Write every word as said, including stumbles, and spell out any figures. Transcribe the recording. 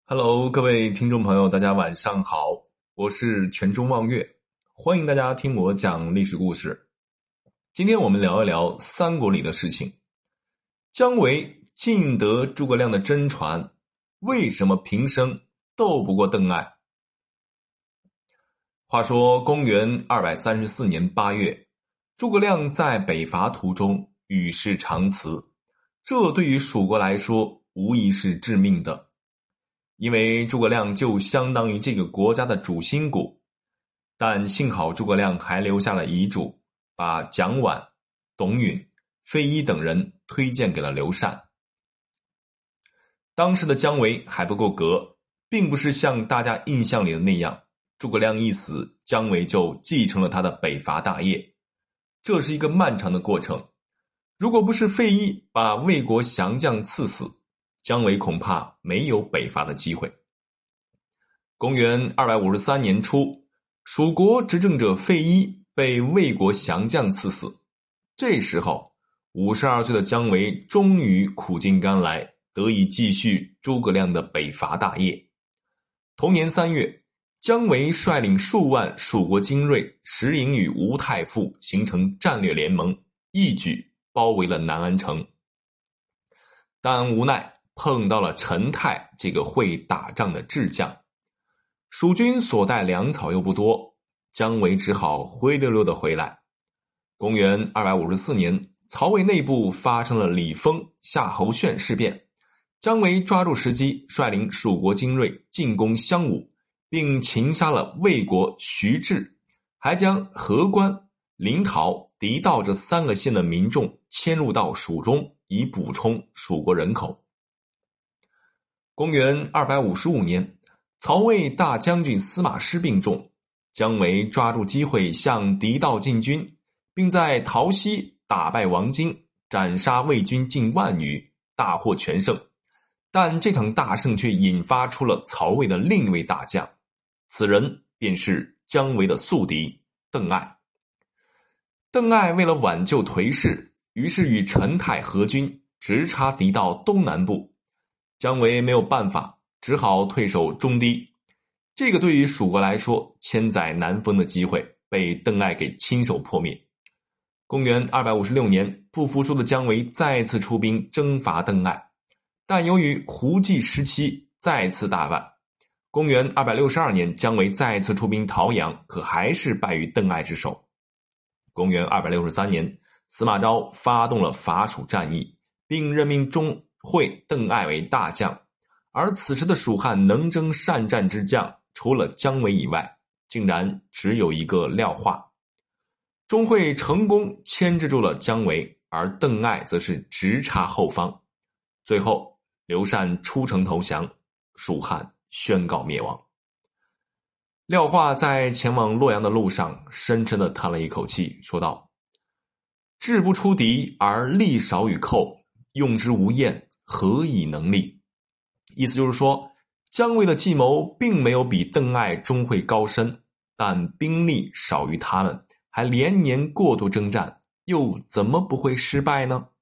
Hello，各位听众朋友，大家晚上好，我是全中望月，欢迎大家听我讲历史故事。今天我们聊一聊三国里的事情。姜维尽得诸葛亮的真传，为什么平生斗不过邓艾？话说公元二百三十四年八月，诸葛亮在北伐途中与世长辞，这对于蜀国来说无疑是致命的。因为诸葛亮就相当于这个国家的主心骨，但幸好诸葛亮还留下了遗嘱，把蒋琬、董允、费祎等人推荐给了刘禅。当时的姜维还不够格，并不是像大家印象里的那样，诸葛亮一死，姜维就继承了他的北伐大业。这是一个漫长的过程，如果不是费祎把魏国降将赐死，姜维恐怕没有北伐的机会。公元二百五十三年初，蜀国执政者费祎被魏国降将赐死。这时候五十二岁的姜维终于苦尽甘来，得以继续诸葛亮的北伐大业。同年三月，姜维率领数万蜀国精锐石营与吴太傅形成战略联盟，一举包围了南安城。但无奈碰到了陈泰这个会打仗的智将，蜀军所带粮草又不多，姜维只好灰溜溜的回来。公元二百五十四年，曹魏内部发生了李丰、夏侯炫事变，姜维抓住时机，率领蜀国精锐进攻襄武，并擒杀了魏国徐志，还将河关、临洮、狄道这三个县的民众迁入到蜀中，以补充蜀国人口。公元二百五十五年，曹魏大将军司马师病重，姜维抓住机会向狄道进军，并在洮西打败王经，斩杀魏军近万余，大获全胜。但这场大胜却引发出了曹魏的另一位大将，此人便是姜维的宿敌邓艾。邓艾为了挽救颓势，于是与陈泰合军，直插狄道东南部。姜维没有办法，只好退守中堤。这个对于蜀国来说千载难逢的机会，被邓艾给亲手破灭。公元二百五十六年，不服输的姜维再次出兵征伐邓艾，但由于胡忌时期再次大败。公元二百六十二年，姜维再次出兵陶阳，可还是败于邓艾之手。公元二百六十三年，司马昭发动了伐蜀战役，并任命钟会、邓艾为大将，而此时的蜀汉能征善战之将，除了姜维以外，竟然只有一个廖化。钟会成功牵制住了姜维，而邓艾则是直插后方。最后刘禅出城投降，蜀汉宣告灭亡。廖化在前往洛阳的路上深深地叹了一口气，说道：志不出敌而力少与寇，用之无厌，何以能立？意思就是说，姜维的计谋并没有比邓艾、钟会高深，但兵力少于他们，还连年过度征战，又怎么不会失败呢？